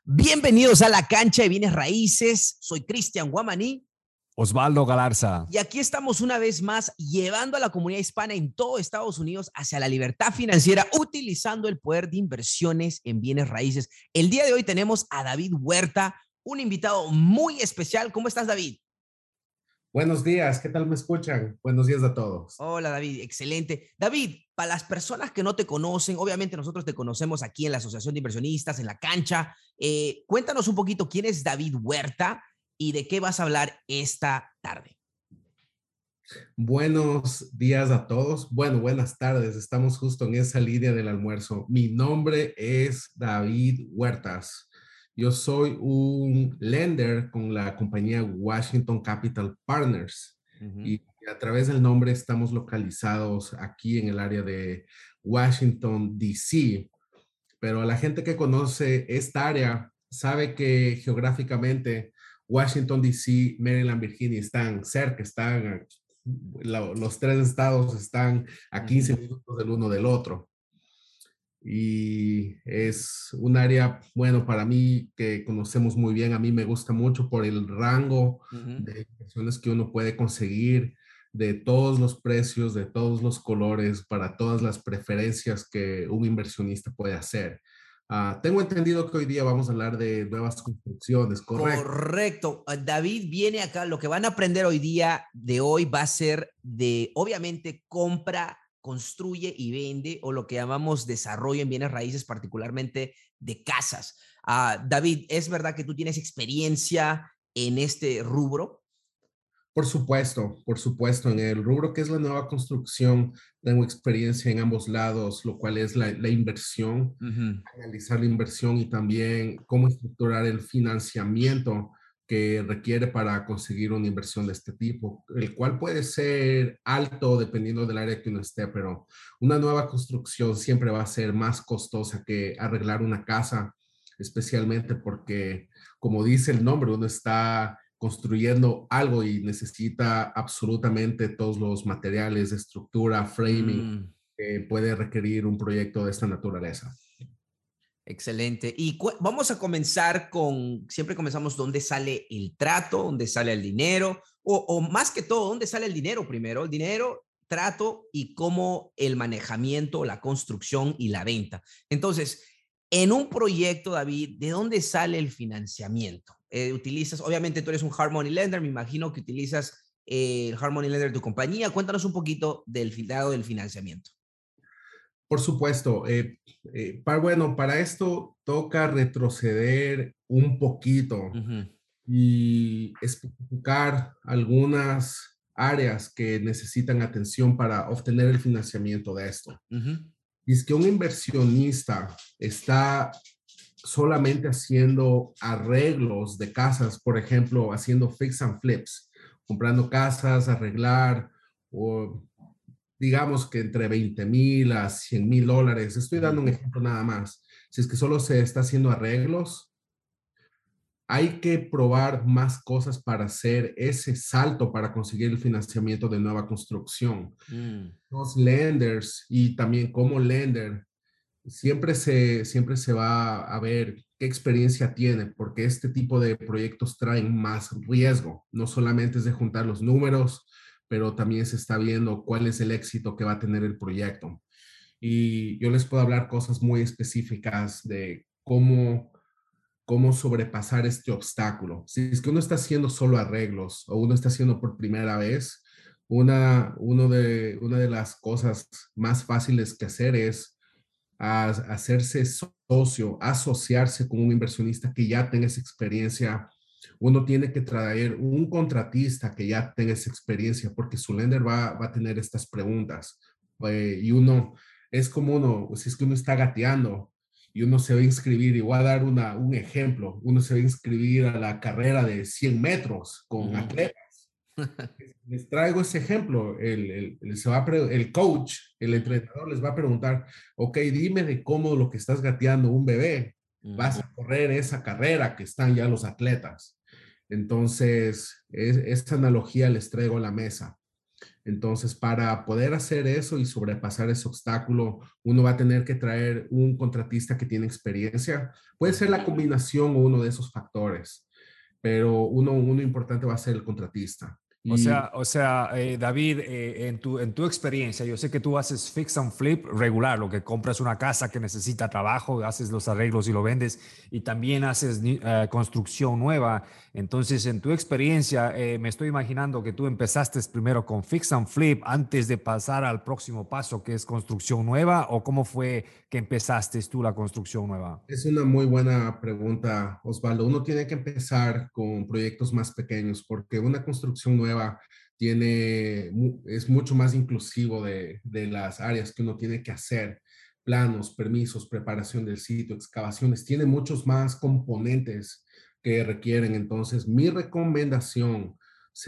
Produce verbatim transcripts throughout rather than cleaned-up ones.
Bienvenidos a la cancha de bienes raíces. Soy Cristian Guamaní. Osvaldo Galarza. Y aquí estamos una vez más llevando a la comunidad hispana en todo Estados Unidos hacia la libertad financiera, utilizando el poder de inversiones en bienes raíces. El día de hoy tenemos a David Huerta, un invitado muy especial. ¿Cómo estás, David? Buenos días, ¿qué tal me escuchan? Buenos días a todos. Hola, David, excelente. David, para las personas que no te conocen, obviamente nosotros te conocemos aquí en la Asociación de Inversionistas, en la cancha. Eh, cuéntanos un poquito quién es David Huerta y de qué vas a hablar esta tarde. Buenos días a todos. Bueno, buenas tardes. Estamos justo en esa línea del almuerzo. Mi nombre es David Huertas. Yo soy un lender con la compañía Washington Capital Partners. Uh-huh. Y a través del nombre estamos localizados aquí en el área de Washington, D C. Pero la gente que conoce esta área sabe que geográficamente Washington, D C, Maryland, Virginia están cerca, están, los tres estados están a quince uh-huh. minutos del uno del otro. Y es un área, bueno, para mí que conocemos muy bien, a mí me gusta mucho por el rango uh-huh. de inversiones que uno puede conseguir, de todos los precios, de todos los colores, para todas las preferencias que un inversionista puede hacer. Uh, tengo entendido que hoy día vamos a hablar de nuevas construcciones, ¿correcto? Correcto. David viene acá, lo que van a aprender hoy día de hoy va a ser de, obviamente, compra, construye y vende, o lo que llamamos desarrollo en bienes raíces, particularmente de casas. Uh, David, ¿es verdad que tú tienes experiencia en este rubro? Por supuesto, por supuesto. En el rubro que es la nueva construcción, tengo experiencia en ambos lados, lo cual es la, la inversión, uh-huh. analizar la inversión y también cómo estructurar el financiamiento que requiere para conseguir una inversión de este tipo, el cual puede ser alto dependiendo del área que uno esté, pero una nueva construcción siempre va a ser más costosa que arreglar una casa, especialmente porque, como dice el nombre, uno está construyendo algo y necesita absolutamente todos los materiales, estructura, framing, mm. que puede requerir un proyecto de esta naturaleza. Excelente. Y vamos a comenzar con, siempre comenzamos dónde sale el trato, dónde sale el dinero, o, o más que todo, dónde sale el dinero primero, el dinero, trato y cómo el manejamiento, la construcción y la venta. Entonces, en un proyecto, David, ¿de dónde sale el financiamiento? Eh, utilizas, obviamente tú eres un hard money lender, me imagino que utilizas eh, el hard money lender de tu compañía. Cuéntanos un poquito del lado del financiamiento. Por supuesto. Eh, eh, para, bueno, para esto toca retroceder un poquito uh-huh. y especificar algunas áreas que necesitan atención para obtener el financiamiento de esto. Uh-huh. Y es que un inversionista está solamente haciendo arreglos de casas, por ejemplo, haciendo fix and flips, comprando casas, arreglar, o digamos que entre veinte mil a cien mil dólares. Estoy dando un ejemplo nada más. Si es que solo se está haciendo arreglos, hay que probar más cosas para hacer ese salto para conseguir el financiamiento de nueva construcción. Mm. Los lenders y también como lender, siempre se, siempre se va a ver qué experiencia tiene, porque este tipo de proyectos traen más riesgo. No solamente es de juntar los números, pero también se está viendo cuál es el éxito que va a tener el proyecto. Y yo les puedo hablar cosas muy específicas de cómo, cómo sobrepasar este obstáculo. Si es que uno está haciendo solo arreglos o uno está haciendo por primera vez, una, uno de, una de las cosas más fáciles que hacer es a hacerse socio, asociarse con un inversionista que ya tenga esa experiencia. Uno tiene que traer un contratista que ya tenga esa experiencia porque su lender va, va a tener estas preguntas. Eh, y uno, es como uno, si es que uno está gateando y uno se va a inscribir, y voy a dar una, un ejemplo, uno se va a inscribir a la carrera de cien metros con uh-huh. atletas. Les traigo ese ejemplo, el, el, el, se va a pre, el coach, el entrenador les va a preguntar, ok, dime de cómo lo que estás gateando un bebé, vas a correr esa carrera que están ya los atletas. Entonces, es, esta analogía les traigo a la mesa. Entonces, para poder hacer eso y sobrepasar ese obstáculo, uno va a tener que traer un contratista que tiene experiencia. Puede ser la combinación o uno de esos factores, pero uno, uno importante va a ser el contratista. O Y sea, o sea, eh, David, eh, en tu, en tu experiencia, yo sé que tú haces fix and flip regular, lo que compras una casa que necesita trabajo, haces los arreglos y lo vendes, y también haces ni- eh, construcción nueva. Entonces, en tu experiencia, eh, me estoy imaginando que tú empezaste primero con fix and flip antes de pasar al próximo paso, que es construcción nueva, ¿o cómo fue que empezaste tú la construcción nueva? es una muy buena pregunta, Osvaldo. Uno tiene que empezar con proyectos más pequeños porque una construcción nueva tiene, mu- es mucho más inclusivo de, de las áreas que uno tiene que hacer. Planos, permisos, preparación del sitio, excavaciones, tiene muchos más componentes que requieren. Entonces, mi recomendación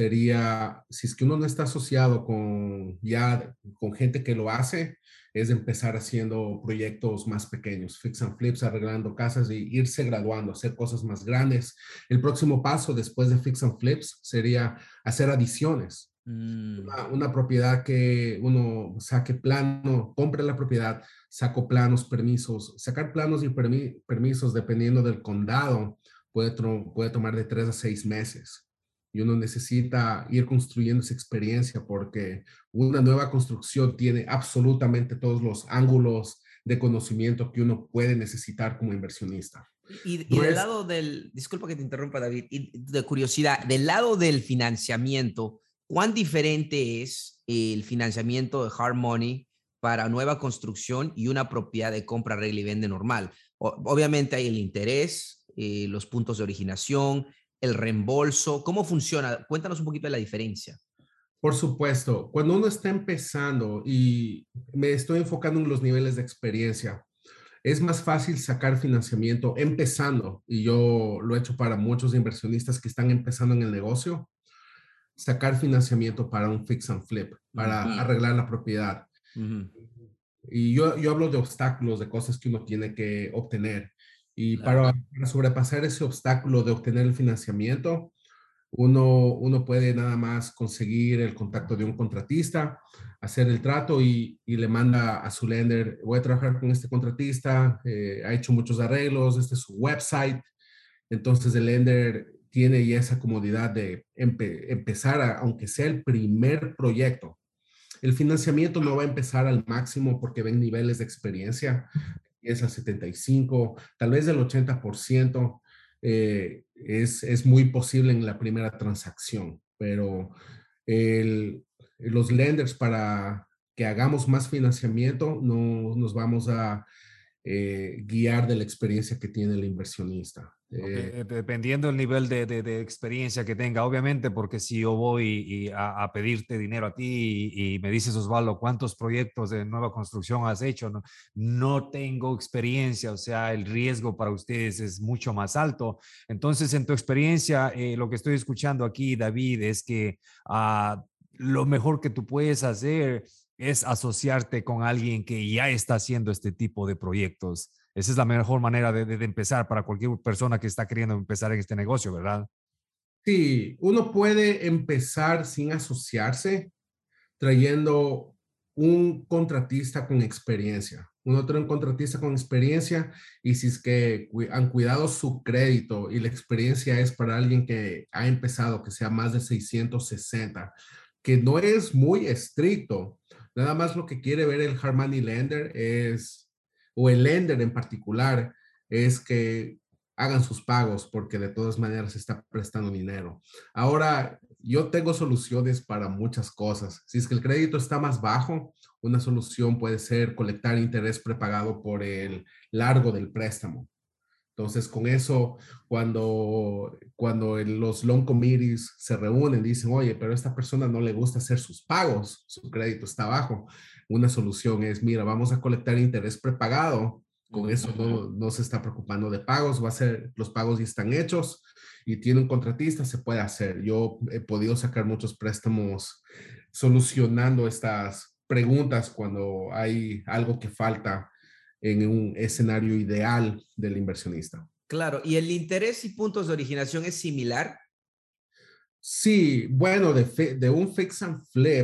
sería, si es que uno no está asociado con ya con gente que lo hace, es empezar haciendo proyectos más pequeños, fix and flips, arreglando casas y irse graduando, hacer cosas más grandes. El próximo paso después de fix and flips sería hacer adiciones. Mm, Una, una propiedad que uno saque plano, compre la propiedad, saco planos, permisos, sacar planos y permi permisos dependiendo del condado puede, puede tomar de tres a seis meses y uno necesita ir construyendo esa experiencia porque una nueva construcción tiene absolutamente todos los ángulos de conocimiento que uno puede necesitar como inversionista. Y, y No del es, lado del, disculpa que te interrumpa, David, y de curiosidad, del lado del financiamiento, ¿cuán diferente es el financiamiento de hard money para nueva construcción y una propiedad de compra, regla y vende normal? O, obviamente hay el interés, eh, los puntos de originación, el reembolso. ¿Cómo funciona? Cuéntanos un poquito de la diferencia. por supuesto, cuando uno está empezando y me estoy enfocando en los niveles de experiencia, es más fácil sacar financiamiento empezando, y yo lo he hecho para muchos inversionistas que están empezando en el negocio, sacar financiamiento para un fix and flip, Mm, para arreglar la propiedad. ujú, Y yo, yo hablo de obstáculos, de cosas que uno tiene que obtener. Y claro. para, para sobrepasar ese obstáculo de obtener el financiamiento, uno, uno puede nada más conseguir el contacto de un contratista, hacer el trato y, y le manda a su lender, voy a trabajar con este contratista, eh, ha hecho muchos arreglos, este es su website. Entonces el lender tiene ya esa comodidad de empe empezar, a, aunque sea el primer proyecto. El financiamiento no va a empezar al máximo porque ven niveles de experiencia, es al setenta y cinco, tal vez del ochenta por ciento, eh, es, es muy posible en la primera transacción, pero el, los lenders para que hagamos más financiamiento no nos vamos a eh, guiar de la experiencia que tiene el inversionista. Ok, Eh, eh, dependiendo del nivel de, de- de experiencia que tenga, obviamente, porque si yo voy y a, a pedirte dinero a ti y, y me dices, Osvaldo, ¿cuántos proyectos de nueva construcción has hecho? No, no tengo experiencia, o sea, el riesgo para ustedes es mucho más alto. Entonces, en tu experiencia, eh, lo que estoy escuchando aquí, David, es que ah, lo mejor que tú puedes hacer es asociarte con alguien que ya está haciendo este tipo de proyectos. Esa es la mejor manera de, de, de empezar para cualquier persona que está queriendo empezar en este negocio, ¿verdad? sí, uno puede empezar sin asociarse, trayendo un contratista con experiencia. Uno trae un contratista con experiencia y si es que han cuidado su crédito y la experiencia es para alguien que ha empezado, que sea más de seiscientos sesenta, que no es muy estricto. Nada más lo que quiere ver el hard money lender es, o el lender en particular, es que hagan sus pagos porque de todas maneras se está prestando dinero. Ahora, yo tengo soluciones para muchas cosas. Si es que el crédito está más bajo, una solución puede ser colectar interés prepagado por el largo del préstamo. Entonces, con eso, cuando, cuando el- los loan committees se reúnen, dicen, oye, pero a esta persona no le gusta hacer sus pagos, su crédito está bajo. Una solución es, mira, vamos a colectar interés prepagado. Con Ujú. eso no, no se está preocupando de pagos, va a ser, los pagos ya están hechos y tiene un contratista, se puede hacer. Yo he podido sacar muchos préstamos solucionando estas preguntas cuando hay algo que falta en un escenario ideal del inversionista. Claro, y el interés y puntos de originación es similar. Sí, bueno, de, de un fix and flip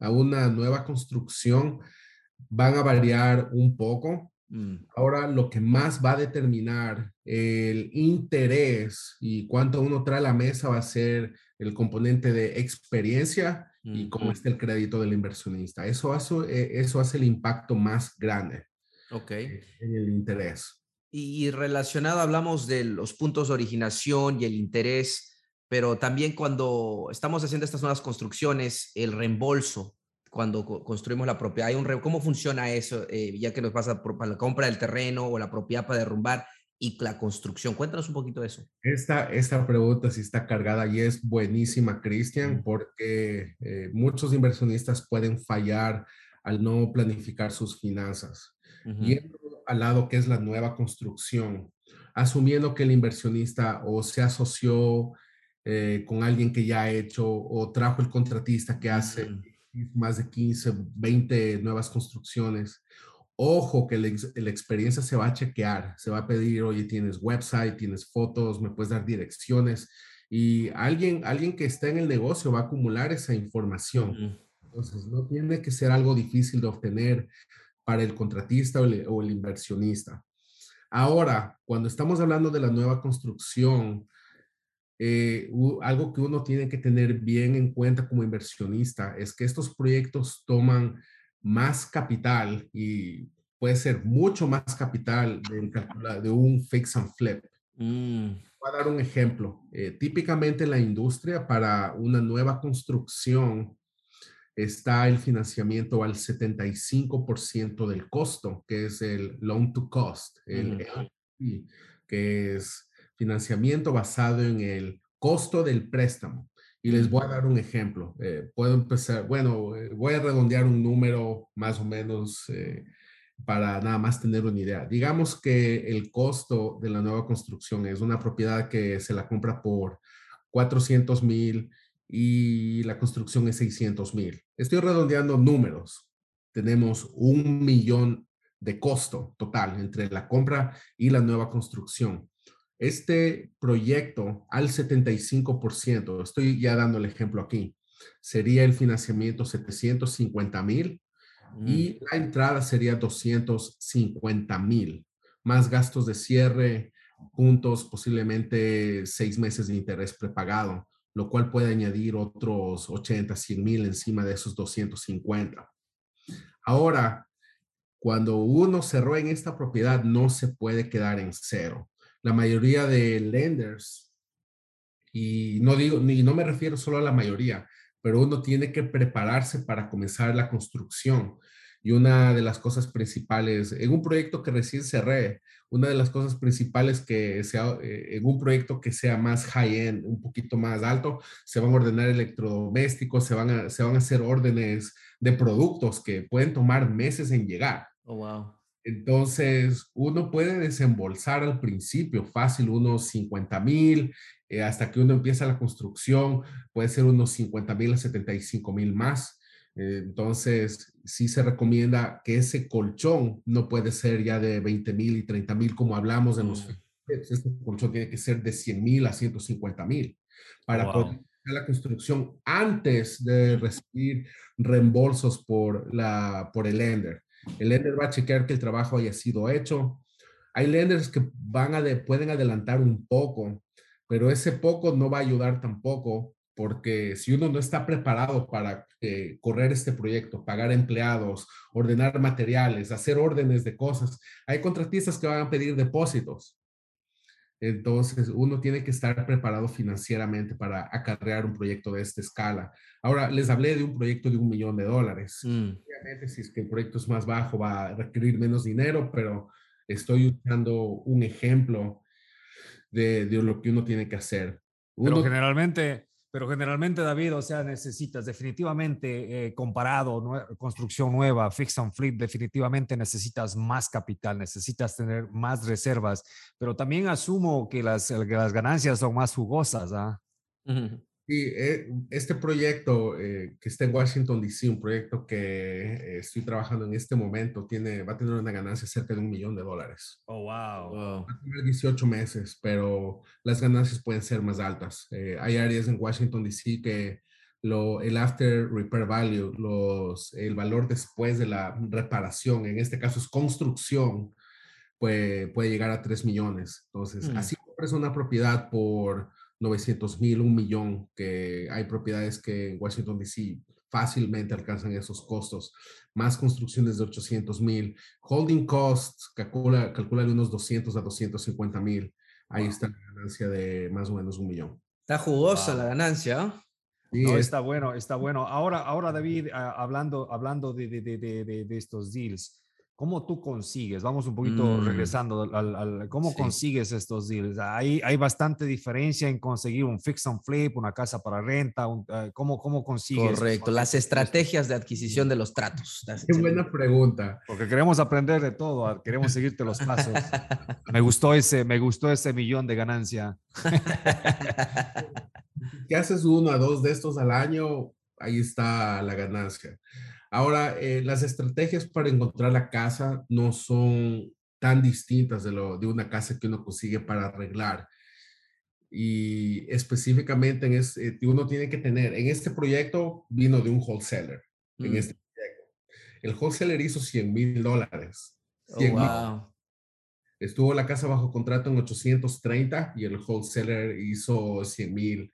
a una nueva construcción van a variar un poco. Mm. Ahora, lo que más va a determinar el interés y cuánto uno trae a la mesa va a ser el componente de experiencia y Mm. cómo está el crédito del inversionista. Eso hace, eh, eso hace el impacto más grande Ok. eh, en el interés. Y, y relacionado, hablamos de los puntos de originación y el interés, pero también cuando estamos haciendo estas nuevas construcciones, el reembolso, cuando co- construimos la propiedad, hay un re- ¿cómo funciona eso? Eh, ya que nos pasa por, para la compra del terreno o la propiedad para derrumbar y la construcción. Cuéntanos un poquito de eso. Esta, esta pregunta sí está cargada y es buenísima, Cristian, Mm. porque eh, muchos inversionistas pueden fallar al no planificar sus finanzas. Ujú. Yendo al lado que es la nueva construcción, asumiendo que el inversionista o se asoció eh, con alguien que ya ha hecho o trajo el contratista que hace Mm. más de quince, veinte nuevas construcciones. Ojo que la, la, experiencia se va a chequear, se va a pedir, oye, tienes website, tienes fotos, me puedes dar direcciones y alguien, alguien que está en el negocio va a acumular esa información. Ujú. Entonces, no tiene que ser algo difícil de obtener para el contratista o el, o el inversionista. Ahora, cuando estamos hablando de la nueva construcción, eh, u, algo que uno tiene que tener bien en cuenta como inversionista es que estos proyectos toman más capital y puede ser mucho más capital de, de un fix and flip. Mm. Voy a dar un ejemplo. Eh, típicamente en la industria para una nueva construcción está el financiamiento al setenta y cinco por ciento del costo, que es el loan to cost, el Ujú. L T V, que es financiamiento basado en el costo del préstamo. Y les Mm. voy a dar un ejemplo. Eh, puedo empezar, bueno, eh, voy a redondear un número más o menos eh, para nada más tener una idea. Digamos que el costo de la nueva construcción es una propiedad que se la compra por cuatrocientos mil y la construcción es seiscientos mil. Estoy redondeando números. Tenemos un millón de costo total entre la compra y la nueva construcción. Este proyecto al setenta y cinco por ciento, estoy ya dando el ejemplo aquí, sería el financiamiento setecientos cincuenta mil Mm. y la entrada sería doscientos cincuenta mil, más gastos de cierre, puntos, posiblemente seis meses de interés prepagado, lo cual puede añadir otros ochenta, cien mil encima de esos doscientos cincuenta. Ahora, cuando uno cerró en esta propiedad, no se puede quedar en cero. La mayoría de lenders, y no digo, ni no me refiero solo a la mayoría, pero uno tiene que prepararse para comenzar la construcción. Y una de las cosas principales, en un proyecto que recién cerré, una de las cosas principales que sea, eh, en un proyecto que sea más high-end, un poquito más alto, se van a ordenar electrodomésticos, se van a, se van a hacer órdenes de productos que pueden tomar meses en llegar. Oh, wow. Entonces, uno puede desembolsar al principio fácil unos cincuenta mil, eh, hasta que uno empieza la construcción, puede ser unos cincuenta mil a setenta y cinco mil más. Eh, entonces, sí se recomienda que ese colchón no puede ser ya de veinte mil y treinta mil como hablamos en los Mm. fixed. Este colchón tiene que ser de cien mil a ciento cincuenta mil Oh, para poder wow. hacer la construcción antes de recibir reembolsos por, la, por el lender. El lender va a chequear que el trabajo haya sido hecho. Hay lenders que van a de, pueden adelantar un poco, pero ese poco no va a ayudar tampoco, porque si uno no está preparado para eh, correr este proyecto, pagar empleados, ordenar materiales, hacer órdenes de cosas, hay contratistas que van a pedir depósitos. Entonces, uno tiene que estar preparado financieramente para acarrear un proyecto de esta escala. Ahora, les hablé de un proyecto de un millón de dólares. Mm. Obviamente, si es que el proyecto es más bajo, va a requerir menos dinero, pero estoy usando un ejemplo de, de lo que uno tiene que hacer. Pero Uno, generalmente, pero generalmente, David, o sea, necesitas definitivamente eh, comparado, nue construcción nueva, fix and flip, definitivamente necesitas más capital, necesitas tener más reservas, pero también asumo que las, que las ganancias son más jugosas, ¿ah? Mm. y eh, este proyecto eh, que está en Washington, D C, un proyecto que eh, estoy trabajando en este momento, tiene, va a tener una ganancia cerca de un millón de dólares. Oh, wow. Wow. Va a tener dieciocho meses, pero las ganancias pueden ser más altas. Eh, hay áreas en Washington, D C que lo, el after repair value, los, el valor después de la reparación, en este caso es construcción, puede, puede llegar a tres millones. Entonces, Mm. así compras una propiedad por novecientos mil, un millón, que hay propiedades que en Washington, D C fácilmente alcanzan esos costos, más construcciones de ochocientos mil. Holding costs, calcula, calcula de unos doscientos a doscientos cincuenta mil. Ahí Wow. está la ganancia de más o menos un millón. Está jugosa Wow. la ganancia, ¿eh? Sí, No, es, está bueno, está bueno. Ahora, ahora David, uh, hablando, hablando de, de, de, de, de estos deals, ¿cómo tú consigues? Vamos un poquito Mm, regresando al, al, ¿cómo sí. consigues estos deals? Hay, hay bastante diferencia en conseguir un fix and flip, una casa para renta, un, uh, ¿cómo, ¿cómo consigues? Correcto, las estrategias de adquisición de los tratos. That's qué buena pregunta. Porque queremos aprender de todo, queremos seguirte los pasos. Me gustó ese, me gustó ese millón de ganancia. Si haces uno a dos de estos al año, ahí está la ganancia. Ahora, eh, las estrategias para encontrar la casa no son tan distintas de, lo, de una casa que uno consigue para arreglar. Y específicamente en este, uno tiene que tener, en este proyecto vino de un wholesaler. En Mm. este proyecto. El wholesaler hizo cien mil dólares. Oh, cien mil. wow. Estuvo la casa bajo contrato en ochocientos treinta y el wholesaler hizo cien mil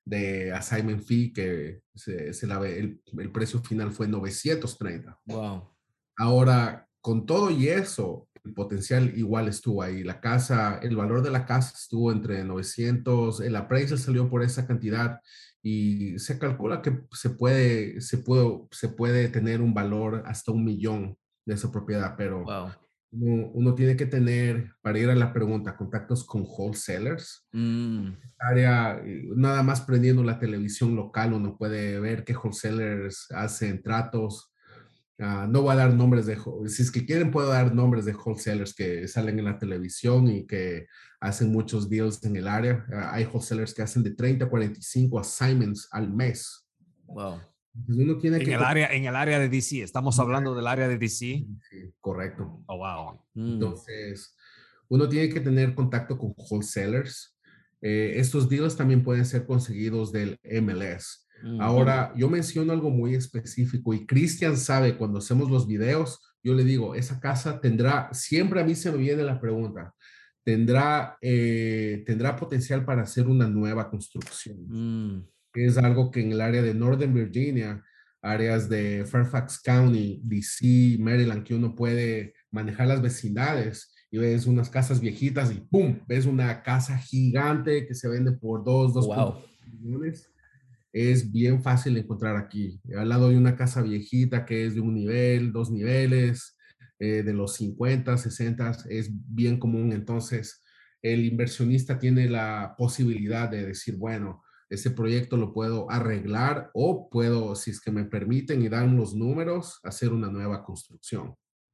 de assignment fee, que se, se la, el, el precio final fue novecientos treinta. Wow. Ahora, con todo y eso, el potencial igual estuvo ahí. La casa, el valor de la casa estuvo entre novecientos, el appraisal salió por esa cantidad y se calcula que se puede, se puede, se puede tener un valor hasta un millón de esa propiedad, pero Wow. uno, uno tiene que tener, para ir a la pregunta, contactos con wholesalers. Mm. Área, nada más prendiendo la televisión local, uno puede ver que wholesalers hacen tratos. Uh, no voy a dar nombres de, si es que quieren puedo dar nombres de wholesalers que salen en la televisión y que hacen muchos deals en el área. Uh, hay wholesalers que hacen de treinta a cuarenta y cinco assignments al mes. Wow. Entonces uno tiene en que... El área, en el área de D C, estamos hablando del área de D C. Sí, correcto. Oh, wow. Mm. Entonces, uno tiene que tener contacto con wholesalers. Eh, estos deals también pueden ser conseguidos del M L S. Mm. Ahora, yo menciono algo muy específico y Cristian sabe, cuando hacemos los videos, yo le digo, esa casa tendrá, siempre a mí se me viene la pregunta, ¿tendrá, eh, ¿tendrá potencial para hacer una nueva construcción? Mm. Es algo que en el área de Northern Virginia, áreas de Fairfax County, D C, Maryland, que uno puede manejar las vecindades y ves unas casas viejitas y ¡pum! Ves una casa gigante que se vende por dos, dos Wow. millones. Es bien fácil encontrar aquí. Al lado de una casa viejita que es de un nivel, dos niveles, eh, de los cincuenta, sesenta, es bien común. Entonces, el inversionista tiene la posibilidad de decir, bueno, ese proyecto lo puedo arreglar o puedo, si es que me permiten y dan los números, hacer una nueva construcción.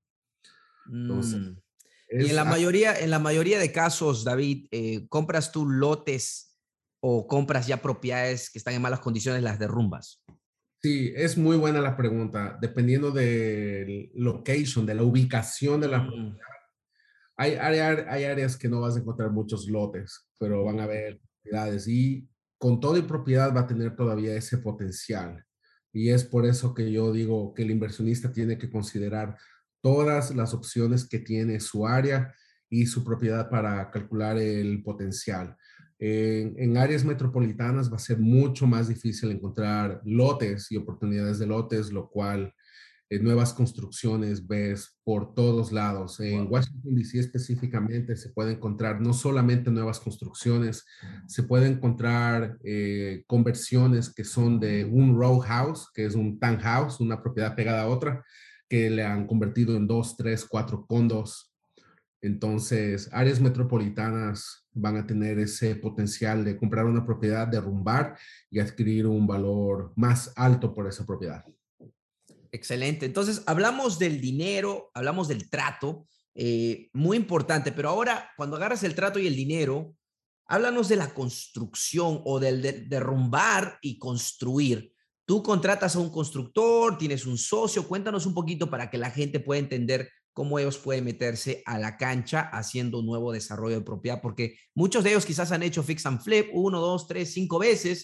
Entonces, mm. Y en la, mayoría, en la mayoría de casos, David, eh, ¿compras tú lotes o compras ya propiedades que están en malas condiciones, las derrumbas? Sí, es muy buena la pregunta. Dependiendo del location, de la ubicación de la mm. propiedad. Hay, hay, hay áreas que no vas a encontrar muchos lotes, pero van a haber propiedades y con toda y propiedad va a tener todavía ese potencial. Y es por eso que yo digo que el inversionista tiene que considerar todas las opciones que tiene su área y su propiedad para calcular el potencial. En, en áreas metropolitanas va a ser mucho más difícil encontrar lotes y oportunidades de lotes, lo cual eh, nuevas construcciones ves por todos lados. En wow. Washington, D C específicamente se puede encontrar no solamente nuevas construcciones, se puede encontrar eh, conversiones que son de un row house, que es un townhouse, una propiedad pegada a otra, que le han convertido en dos, tres, cuatro condos. Entonces, áreas metropolitanas van a tener ese potencial de comprar una propiedad, derrumbar y adquirir un valor más alto por esa propiedad. Excelente. Entonces, hablamos del dinero, hablamos del trato, eh, muy importante, pero ahora cuando agarras el trato y el dinero, háblanos de la construcción o del de, derrumbar y construir. Tú contratas a un constructor, tienes un socio, cuéntanos un poquito para que la gente pueda entender cómo ellos pueden meterse a la cancha haciendo un nuevo desarrollo de propiedad, porque muchos de ellos quizás han hecho fix and flip uno, dos, tres, cinco veces,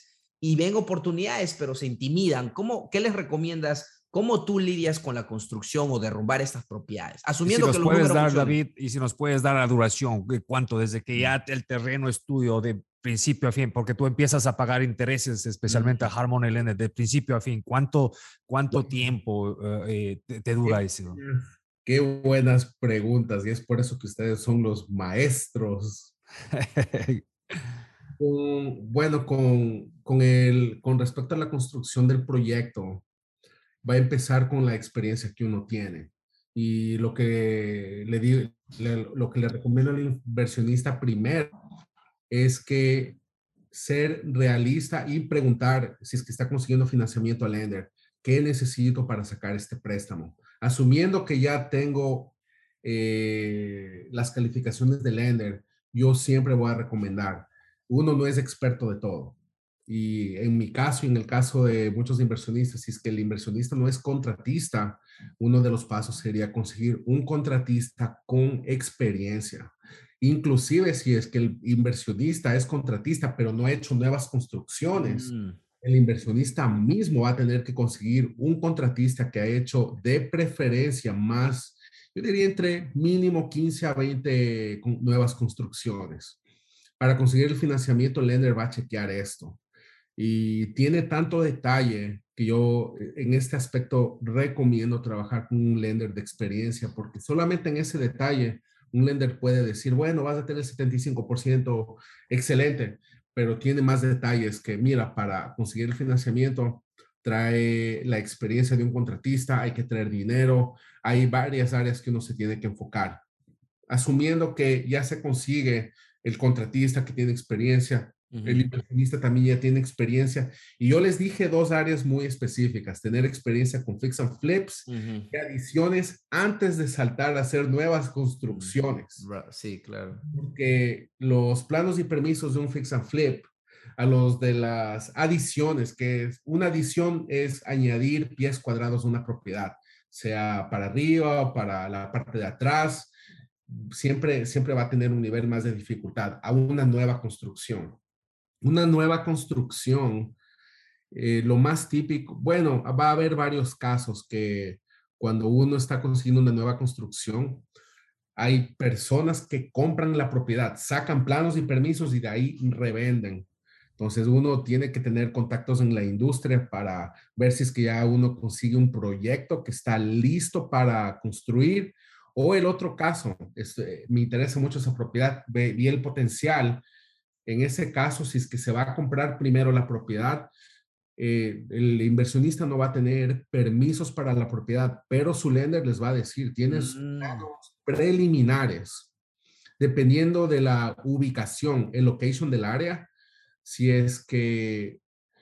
y ven oportunidades, pero se intimidan. ¿Cómo, ¿Qué les recomiendas? ¿Cómo tú lidias con la construcción o derrumbar estas propiedades? Y si Asumiendo que nos los puedes números dar, funcionen. David, y si nos puedes dar la duración, ¿de cuánto? Desde que ya el terreno es tuyo, de principio a fin, porque tú empiezas a pagar intereses, especialmente a Mm. Harmony Lender, de principio a fin. ¿Cuánto, cuánto Bueno, tiempo eh, te, te qué dura eso? buenas, qué buenas preguntas y es por eso que ustedes son los maestros. Con- bueno, con, con, el, con respecto a la construcción del proyecto, va a empezar con la experiencia que uno tiene. Y lo que le, digo, le- lo que le recomiendo al inversionista primero es que ser realista y preguntar si es que está consiguiendo financiamiento al lender, ¿qué necesito para sacar este préstamo? Asumiendo que ya tengo eh, las calificaciones del lender, yo siempre voy a recomendar, uno no es experto de todo. Y en mi caso y en el caso de muchos inversionistas, si es que el inversionista no es contratista, uno de los pasos sería conseguir un contratista con experiencia. Inclusive si es que el inversionista es contratista, pero no ha hecho nuevas construcciones, Mm. el inversionista mismo va a tener que conseguir un contratista que ha hecho de preferencia más, yo diría entre mínimo quince a veinte nuevas construcciones. Para conseguir el financiamiento, el lender va a chequear esto. Y tiene tanto detalle que yo eh, en este aspecto recomiendo trabajar con un lender de experiencia, porque solamente en ese detalle un lender puede decir, bueno, vas a tener el setenta y cinco por ciento, excelente, pero tiene más detalles que, mira, para conseguir el financiamiento trae la experiencia de un contratista, hay que traer dinero, hay varias áreas que uno se tiene que enfocar. Asumiendo que ya se consigue el contratista que tiene experiencia, el Ujú. inversionista también ya tiene experiencia. Y yo les dije dos áreas muy específicas, tener experiencia con fix and flips Ujú. y adiciones antes de saltar a hacer nuevas Mm. construcciones. Ra- Sí, claro. Porque los planos y permisos de un fix and flip a los de las adiciones, que es una adición es añadir pies cuadrados a una propiedad, sea para arriba o para la parte de atrás, siempre, siempre va a tener un nivel más de dificultad a una nueva construcción. Una nueva construcción, eh, lo más típico, bueno, va a haber varios casos que cuando uno está consiguiendo una nueva construcción, hay personas que compran la propiedad, sacan planos y permisos y de ahí revenden. Entonces uno tiene que tener contactos en la industria para ver si es que ya uno consigue un proyecto que está listo para construir. O el otro caso, este, me interesa mucho esa propiedad, vi el potencial. En ese caso, si es que se va a comprar primero la propiedad, eh, el inversionista no va a tener permisos para la propiedad, pero su lender les va a decir, tienes Mm. planos preliminares, dependiendo de la ubicación, el location del área, si es que,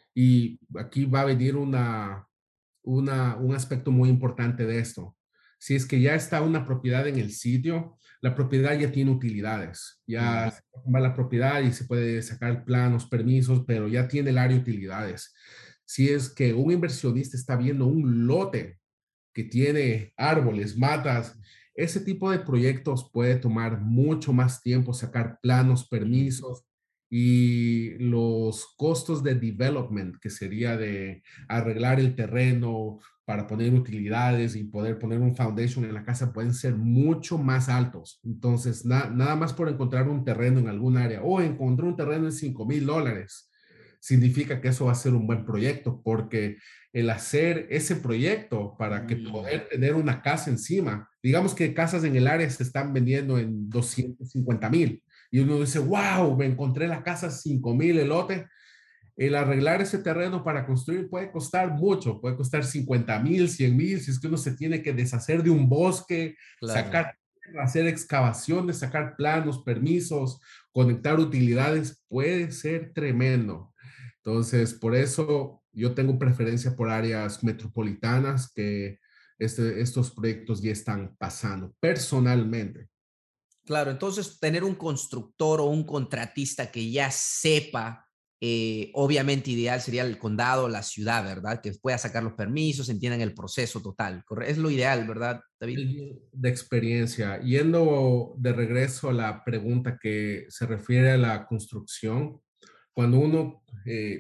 y aquí va a venir una, una, un aspecto muy importante de esto. Si es que ya está una propiedad en el sitio, la propiedad ya tiene utilidades. Ya Mm. se puede tomar la propiedad y se puede sacar planos, permisos, pero ya tiene el área de utilidades. Si es que un inversionista está viendo un lote que tiene árboles, matas, ese tipo de proyectos puede tomar mucho más tiempo sacar planos, Mm. permisos y los costos de development, que sería de arreglar el terreno para poner utilidades y poder poner un foundation en la casa, pueden ser mucho más altos. Entonces, na nada más por encontrar un terreno en algún área o encontrar un terreno en cinco mil dólares, significa que eso va a ser un buen proyecto, porque el hacer ese proyecto para que Mm. poder tener una casa encima, digamos que casas en el área se están vendiendo en doscientos cincuenta mil y uno dice, wow, me encontré la casa cinco mil el lote. El arreglar ese terreno para construir puede costar mucho, puede costar cincuenta mil, cien mil, si es que uno se tiene que deshacer de un bosque, Claro. sacar, hacer excavaciones, sacar planos, permisos, conectar utilidades, puede ser tremendo. Entonces, por eso yo tengo preferencia por áreas metropolitanas que este, estos proyectos ya están pasando personalmente. Claro, entonces tener un constructor o un contratista que ya sepa, eh, obviamente ideal sería el condado, la ciudad, ¿verdad? Que pueda sacar los permisos, entiendan el proceso total. Es lo ideal, ¿verdad, David? De experiencia. Yendo de regreso a la pregunta que se refiere a la construcción, cuando uno, eh,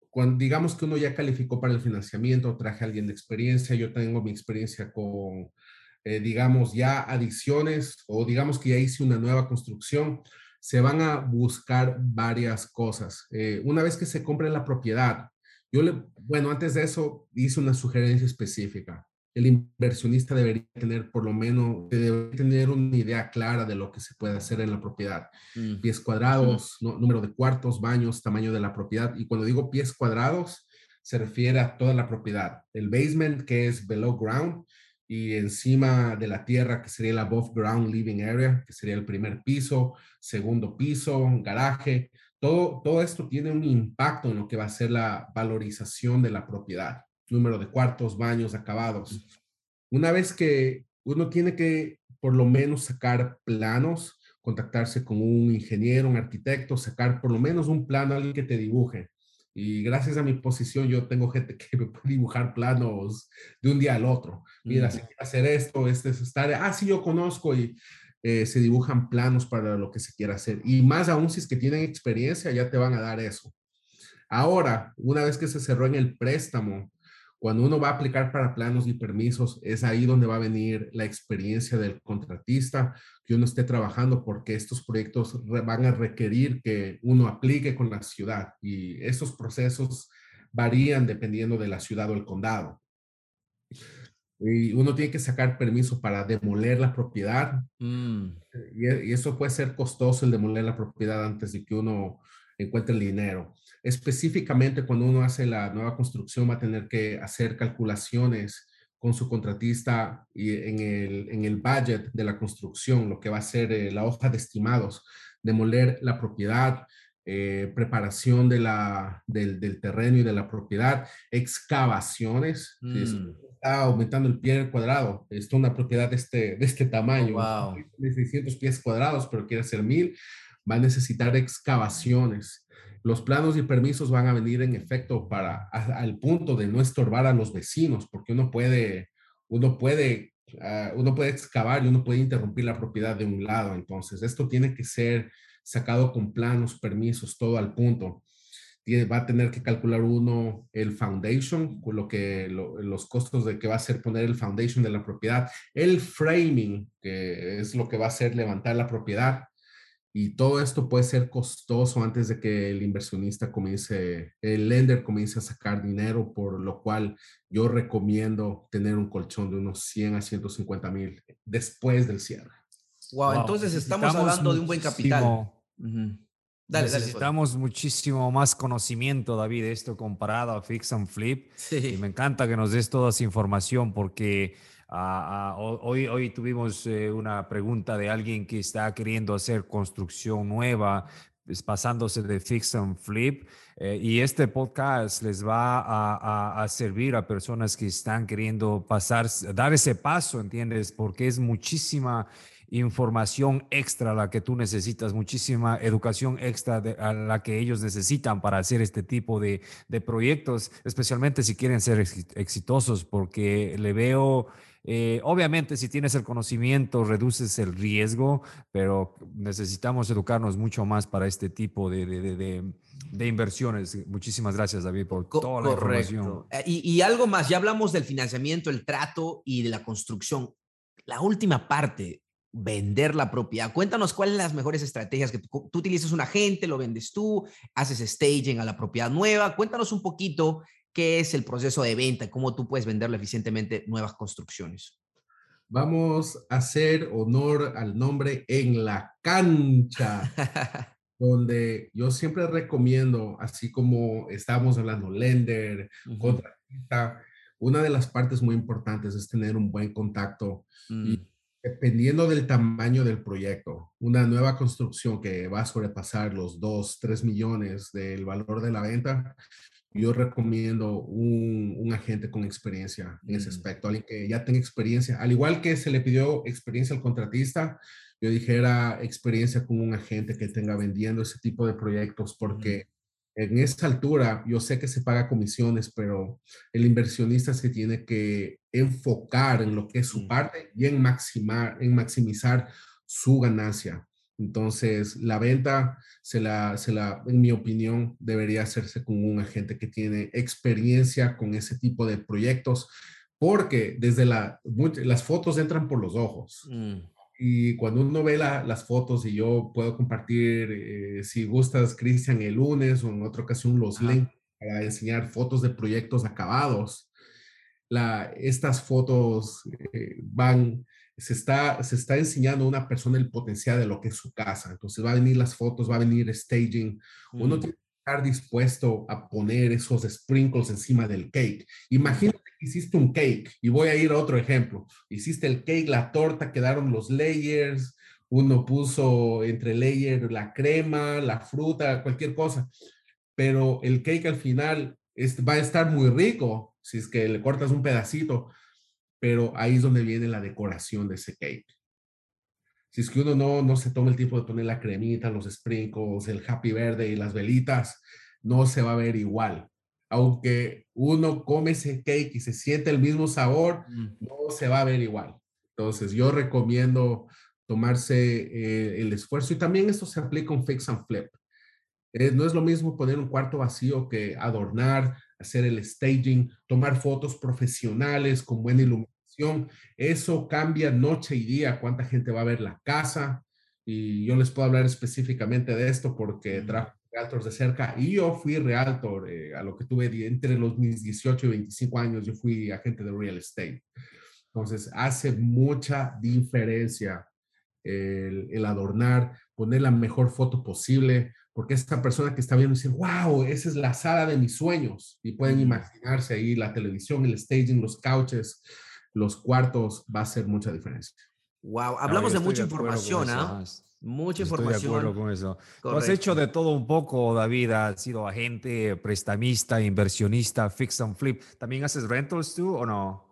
cuando digamos que uno ya calificó para el financiamiento, traje a alguien de experiencia, yo tengo mi experiencia con, eh, digamos, ya adiciones o digamos que ya hice una nueva construcción, se van a buscar varias cosas. Eh, una vez que se compre la propiedad, yo le, bueno, antes de eso hice una sugerencia específica. El inversionista debería tener por lo menos, debe tener una idea clara de lo que se puede hacer en la propiedad. Mm. Pies cuadrados, no, número de cuartos, baños, tamaño de la propiedad. Y cuando digo pies cuadrados, se refiere a toda la propiedad. El basement, que es below ground, y encima de la tierra, que sería el above ground living area, que sería el primer piso, segundo piso, garaje. Todo, todo esto tiene un impacto en lo que va a ser la valorización de la propiedad. Número de cuartos, baños, acabados. Una vez que uno tiene que por lo menos sacar planos, contactarse con un ingeniero, un arquitecto, sacar por lo menos un plano, alguien que te dibuje. Y gracias a mi posición, yo tengo gente que me puede dibujar planos de un día al otro. Mira, Mm. si quiere hacer esto, este es esta área. Ah, sí, yo conozco y eh, se dibujan planos para lo que se quiera hacer. Y más aún si es que tienen experiencia, ya te van a dar eso. Ahora, una vez que se cerró en el préstamo, cuando uno va a aplicar para planos y permisos, es ahí donde va a venir la experiencia del contratista, que uno esté trabajando, porque estos proyectos van a requerir que uno aplique con la ciudad y estos procesos varían dependiendo de la ciudad o el condado. Y uno tiene que sacar permiso para demoler la propiedad, Mm. y, y eso puede ser costoso, el demoler la propiedad antes de que uno encuentre el dinero. Específicamente cuando uno hace la nueva construcción va a tener que hacer calculaciones con su contratista y en el, en el budget de la construcción, lo que va a ser eh, la hoja de estimados, demoler la propiedad, eh, preparación de la, del, del terreno y de la propiedad, excavaciones, si es- Mm. está aumentando el pie cuadrado, es una propiedad de este, de este Oh, tamaño, wow. de seiscientos pies cuadrados, pero quiere hacer mil, va a necesitar excavaciones. Los planos y permisos van a venir en efecto para a- al punto de no estorbar a los vecinos, porque uno puede, uno puede, uh, uno puede excavar y uno puede interrumpir la propiedad de un lado. Entonces, esto tiene que ser sacado con planos, permisos, todo al punto. Tiene, va a tener que calcular uno el foundation, con lo que lo, los costos de que va a ser poner el foundation de la propiedad, el framing, que es lo que va a hacer levantar la propiedad. Y todo esto puede ser costoso antes de que el inversionista comience, el lender comience a sacar dinero, por lo cual yo recomiendo tener un colchón de unos cien a ciento cincuenta mil después del cierre. Wow, Wow, entonces estamos necesitamos hablando de un buen capital. muchísimo. Ujú. Dale, dale, José. Necesitamos muchísimo más conocimiento, David, de esto comparado a Fix and Flip. Y me Sí. encanta que nos des toda esa información porque ah, ah, ho- hoy, hoy tuvimos eh, una pregunta de alguien que está queriendo hacer construcción nueva, pues, pasándose de Fix and Flip. Eh, y este podcast les va a, a- a servir a personas que están queriendo pasar, dar ese paso, ¿entiendes? Porque es muchísima información extra la que tú necesitas, muchísima educación extra de, a la que ellos necesitan para hacer este tipo de, de proyectos, especialmente si quieren ser ex, exitosos, porque le veo, eh, obviamente si tienes el conocimiento reduces el riesgo, pero necesitamos educarnos mucho más para este tipo de, de, de, de, de inversiones. Muchísimas gracias, David, por Co- toda la información. correcto. Eh, Y, y algo más, ya hablamos del financiamiento, el trato y de la construcción. La última parte, vender la propiedad. Cuéntanos cuáles son las mejores estrategias que tú, tú utilizas un agente, lo vendes tú, haces staging a la propiedad nueva. Cuéntanos un poquito qué es el proceso de venta, cómo tú puedes venderle eficientemente nuevas construcciones. Vamos a hacer honor al nombre en la cancha, donde yo siempre recomiendo, así como estábamos hablando, lender, Ujú. contratista, una de las partes muy importantes es tener un buen contacto y Mm. dependiendo del tamaño del proyecto, una nueva construcción que va a sobrepasar los dos, tres millones del valor de la venta, yo recomiendo un, un agente con experiencia en ese Mm. aspecto, alguien que ya tenga experiencia, al igual que se le pidió experiencia al contratista, yo dijera experiencia con un agente que tenga vendiendo ese tipo de proyectos, porque en esa altura yo sé que se paga comisiones, pero el inversionista se tiene que enfocar en lo que es su Mm. parte y en maximar, en maximizar su ganancia. Entonces, la venta, se la, se la, en mi opinión, debería hacerse con un agente que tiene experiencia con ese tipo de proyectos, porque desde la, las fotos entran por los ojos. Mm. Y cuando uno ve la, las fotos, y yo puedo compartir, eh, si gustas, Cristian, el lunes o en otra ocasión los Ajá. links para enseñar fotos de proyectos acabados. La, estas fotos eh, van, se está, se está enseñando a una persona el potencial de lo que es su casa. Entonces va a venir las fotos, va a venir staging. Mm. Uno tiene que estar dispuesto a poner esos sprinkles encima del cake. Imagínate que hiciste un cake, y voy a ir a otro ejemplo. Hiciste el cake, la torta, quedaron los layers, uno puso entre layer la crema, la fruta, cualquier cosa. Pero el cake al final es, va a estar muy rico si es que le cortas un pedacito, pero ahí es donde viene la decoración de ese cake. Si es que uno no, no se toma el tiempo de poner la cremita, los sprinkles, el happy verde y las velitas, no se va a ver igual. Aunque uno come ese cake y se siente el mismo sabor, mm. no se va a ver igual. Entonces, yo recomiendo tomarse eh, el esfuerzo, y también esto se aplica en Fix and Flip. Eh, no es lo mismo poner un cuarto vacío que adornar, hacer el staging, tomar fotos profesionales con buena iluminación. Eso cambia noche y día cuánta gente va a ver la casa. Y yo les puedo hablar específicamente de esto porque mm. trabajo realtors de cerca, y yo fui realtor eh, a lo que tuve entre los mis dieciocho y veinticinco años. Yo fui agente de real estate. Entonces hace mucha diferencia el, el adornar, poner la mejor foto posible, porque esta persona que está viendo dice, wow, esa es la sala de mis sueños, y pueden mm. imaginarse ahí la televisión, el staging, los couches, los cuartos. Va a hacer mucha diferencia. Wow, hablamos no, de mucha de información, ¿ah? ¿eh? Mucha Estoy información. Estoy de acuerdo con eso. Correcto. Tú has hecho de todo un poco, David. Has sido agente, prestamista, inversionista, fix and flip. ¿También haces rentals tú o no?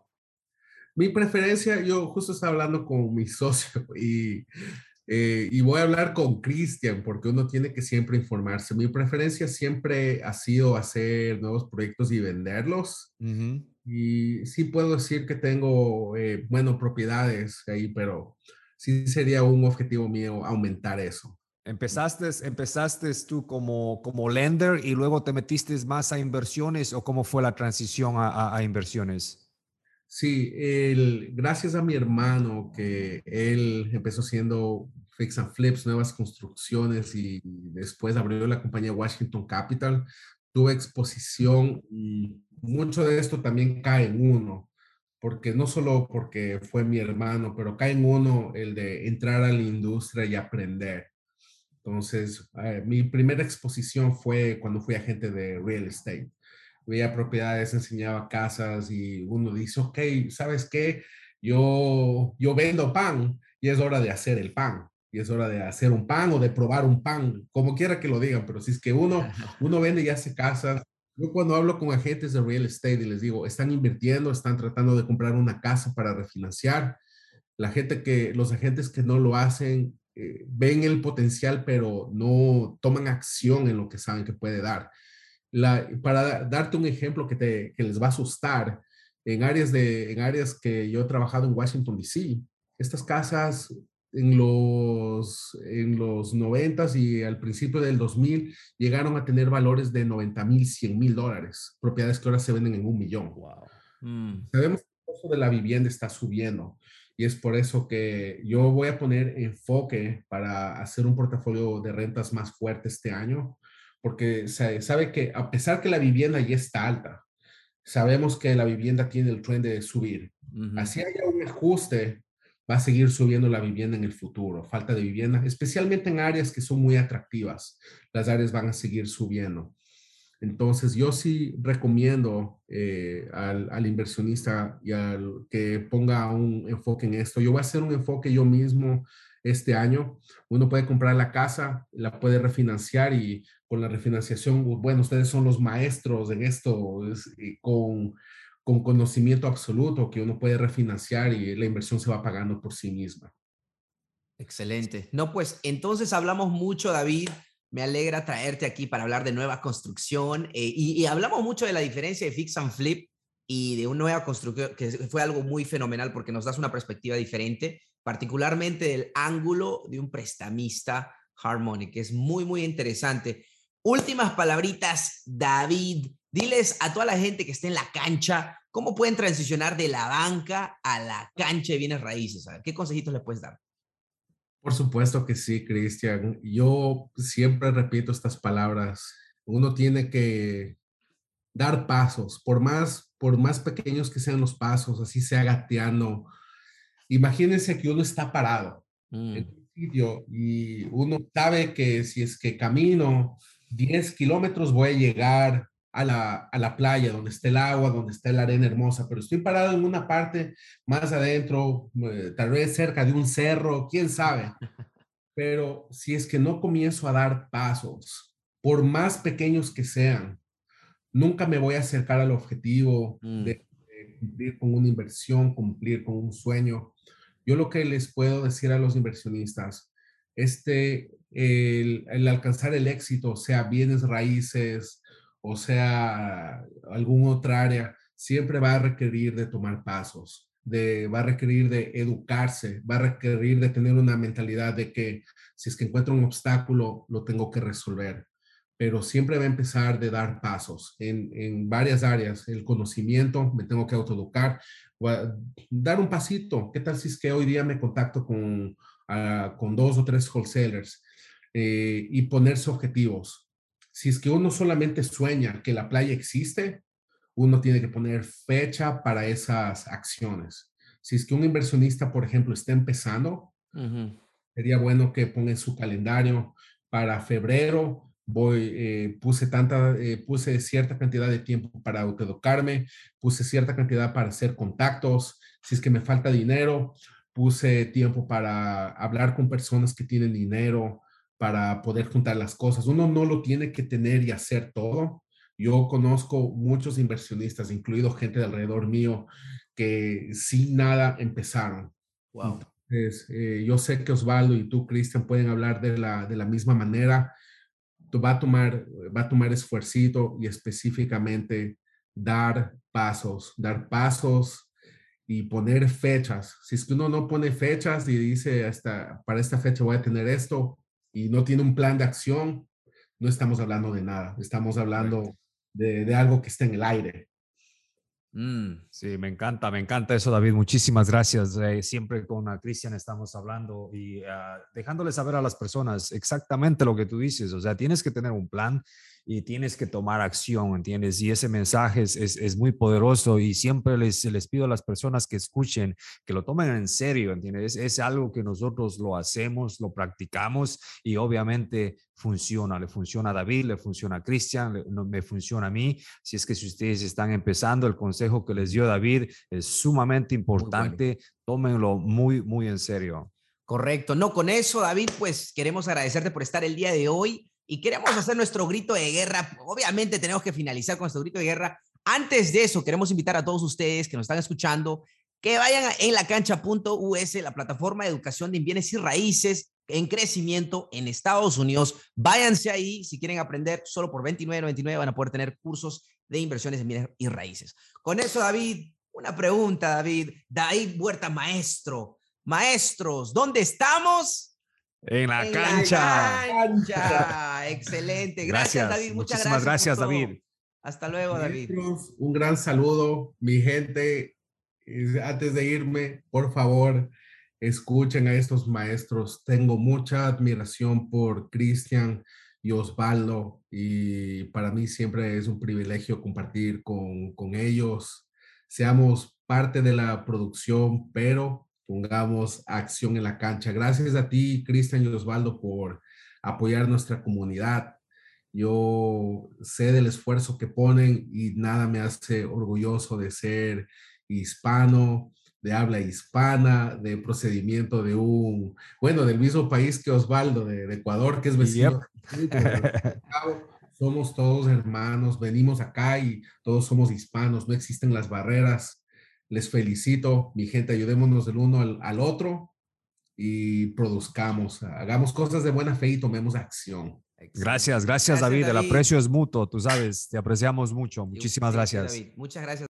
Mi preferencia, yo justo estaba hablando con mi socio, y, eh, y voy a hablar con Cristian, porque uno tiene que siempre informarse. Mi preferencia siempre ha sido hacer nuevos proyectos y venderlos. Uh-huh. Y sí puedo decir que tengo, eh, bueno, propiedades ahí, pero sí sería un objetivo mío aumentar eso. ¿Empezaste, empezaste tú como, como lender y luego te metiste más a inversiones, o cómo fue la transición a, a, a inversiones? Sí, el, gracias a mi hermano, que él empezó haciendo fix and flips, nuevas construcciones, y después abrió la compañía Washington Capital, tuve exposición, y mucho de esto también cae en uno, porque no solo porque fue mi hermano, pero cae en uno el de entrar a la industria y aprender. Entonces, eh, mi primera exposición fue cuando fui agente de real estate. Veía propiedades, enseñaba casas, y uno dice, ok, ¿sabes qué? Yo, yo vendo pan, y es hora de hacer el pan, y es hora de hacer un pan o de probar un pan, como quiera que lo digan, pero si es que uno, uno vende y hace casas. Yo cuando hablo con agentes de real estate y les digo, están invirtiendo, están tratando de comprar una casa para refinanciar, la gente que, los agentes que no lo hacen, eh, ven el potencial, pero no toman acción en lo que saben que puede dar. La, para darte un ejemplo que, te, que les va a asustar, en áreas, de, en áreas que yo he trabajado en Washington, D C, estas casas en los, en los noventas y al principio del dos mil llegaron a tener valores de noventa mil, cien mil dólares, propiedades que ahora se venden en un millón. Wow. Mm. Sabemos que el costo de la vivienda está subiendo, y es por eso que yo voy a poner enfoque para hacer un portafolio de rentas más fuerte este año, porque se sabe que a pesar que la vivienda ya está alta, sabemos que la vivienda tiene el trend de subir. Uh-huh. Así haya un ajuste, va a seguir subiendo la vivienda en el futuro. Falta de vivienda, especialmente en áreas que son muy atractivas, las áreas van a seguir subiendo. Entonces, yo sí recomiendo eh, al, al inversionista y al que ponga un enfoque en esto. Yo voy a hacer un enfoque yo mismo este año. Uno puede comprar la casa, la puede refinanciar, y con la refinanciación, bueno, ustedes son los maestros en esto, es, con, con conocimiento absoluto, que uno puede refinanciar y la inversión se va pagando por sí misma. Excelente. No, pues entonces hablamos mucho, David. Me alegra traerte aquí para hablar de nueva construcción eh, y, y hablamos mucho de la diferencia de fix and flip y de una nueva construcción, que fue algo muy fenomenal porque nos das una perspectiva diferente particularmente del ángulo de un prestamista hard money, que es muy, muy interesante. Últimas palabritas, David. Diles a toda la gente que esté en la cancha, ¿cómo pueden transicionar de la banca a la cancha de bienes raíces? A ver, ¿qué consejitos les puedes dar? Por supuesto que sí, Cristian. Yo siempre repito estas palabras. Uno tiene que dar pasos, por más, por más pequeños que sean los pasos, así sea gateando. Imagínense que uno está parado Mm. en un sitio y uno sabe que si es que camino diez kilómetros voy a llegar a la, a la playa donde está el agua, donde está la arena hermosa, pero estoy parado en una parte más adentro, eh, tal vez cerca de un cerro, quién sabe. Pero si es que no comienzo a dar pasos, por más pequeños que sean, nunca me voy a acercar al objetivo Mm. de, de cumplir con una inversión, cumplir con un sueño. Yo lo que les puedo decir a los inversionistas, este, el, el alcanzar el éxito, sea bienes raíces o sea alguna otra área, siempre va a requerir de tomar pasos, de, va a requerir de educarse, va a requerir de tener una mentalidad de que si es que encuentro un obstáculo, lo tengo que resolver, pero siempre va a empezar de dar pasos en, en varias áreas. El conocimiento, me tengo que autoeducar, dar un pasito. ¿Qué tal si es que hoy día me contacto con, uh, con dos o tres wholesalers eh, y ponerse objetivos? Si es que uno solamente sueña que la playa existe, uno tiene que poner fecha para esas acciones. Si es que un inversionista, por ejemplo, está empezando, uh-huh. sería bueno que ponga en su calendario para febrero. Voy, eh, puse tanta, eh, puse cierta cantidad de tiempo para autoeducarme, puse cierta cantidad para hacer contactos. Si es que me falta dinero, puse tiempo para hablar con personas que tienen dinero, para poder juntar las cosas. Uno no lo tiene que tener y hacer todo. Yo conozco muchos inversionistas, incluido gente de alrededor mío, que sin nada empezaron. Wow. Entonces, eh, yo sé que Osvaldo y tú, Cristian, pueden hablar de la, de la misma manera. Va a tomar, va a tomar esfuercito y específicamente dar pasos, dar pasos y poner fechas. Si es que uno no pone fechas y dice hasta para esta fecha voy a tener esto y no tiene un plan de acción, no estamos hablando de nada. Estamos hablando de, de algo que está en el aire. Mm, sí, me encanta, me encanta eso, David. Muchísimas gracias. Eh, siempre con uh, Cristian estamos hablando y uh, dejándole saber a las personas exactamente lo que tú dices. O sea, tienes que tener un plan y tienes que tomar acción, ¿entiendes? Y ese mensaje es, es, es muy poderoso y siempre les, les pido a las personas que escuchen que lo tomen en serio, ¿entiendes? Es, es algo que nosotros lo hacemos, lo practicamos y obviamente funciona. Le funciona a David, le funciona a Cristian, no, me funciona a mí. Si es que si ustedes están empezando, el consejo que les dio David es sumamente importante. Muy bueno. Tómenlo muy, muy en serio. Correcto. No, con eso, David, pues queremos agradecerte por estar el día de hoy y queremos hacer nuestro grito de guerra. Obviamente tenemos que finalizar con nuestro grito de guerra. Antes de eso, queremos invitar a todos ustedes que nos están escuchando que vayan a en la cancha punto u s, la plataforma de educación de bienes y raíces en crecimiento en Estados Unidos. Váyanse ahí si quieren aprender. Solo por veintinueve noventa y nueve van a poder tener cursos de inversiones en bienes y raíces. Con eso, David, una pregunta, David. David Huerta, maestro. Maestros, ¿dónde estamos? En la en cancha. La cancha. Excelente. Gracias, gracias David. Muchas Muchísimas gracias, gracias David. Hasta luego, David. Un gran saludo, mi gente. Antes de irme, por favor, escuchen a estos maestros. Tengo mucha admiración por Cristian y Osvaldo y para mí siempre es un privilegio compartir con, con ellos. Seamos parte de la producción, pero pongamos acción en la cancha. Gracias a ti, Cristian y Osvaldo, por apoyar nuestra comunidad. Yo sé del esfuerzo que ponen y nada me hace orgulloso de ser hispano, de habla hispana, de procedimiento de un, bueno, del mismo país que Osvaldo, de, de Ecuador, que es vecino. Yep. Somos todos hermanos, venimos acá y todos somos hispanos, no existen las barreras. Les felicito, mi gente, ayudémonos del uno al, al otro y produzcamos, hagamos cosas de buena fe y tomemos acción. Gracias, gracias, gracias David. David. El aprecio es mutuo, tú sabes, te apreciamos mucho. Muchísimas gracias. David. Muchas gracias.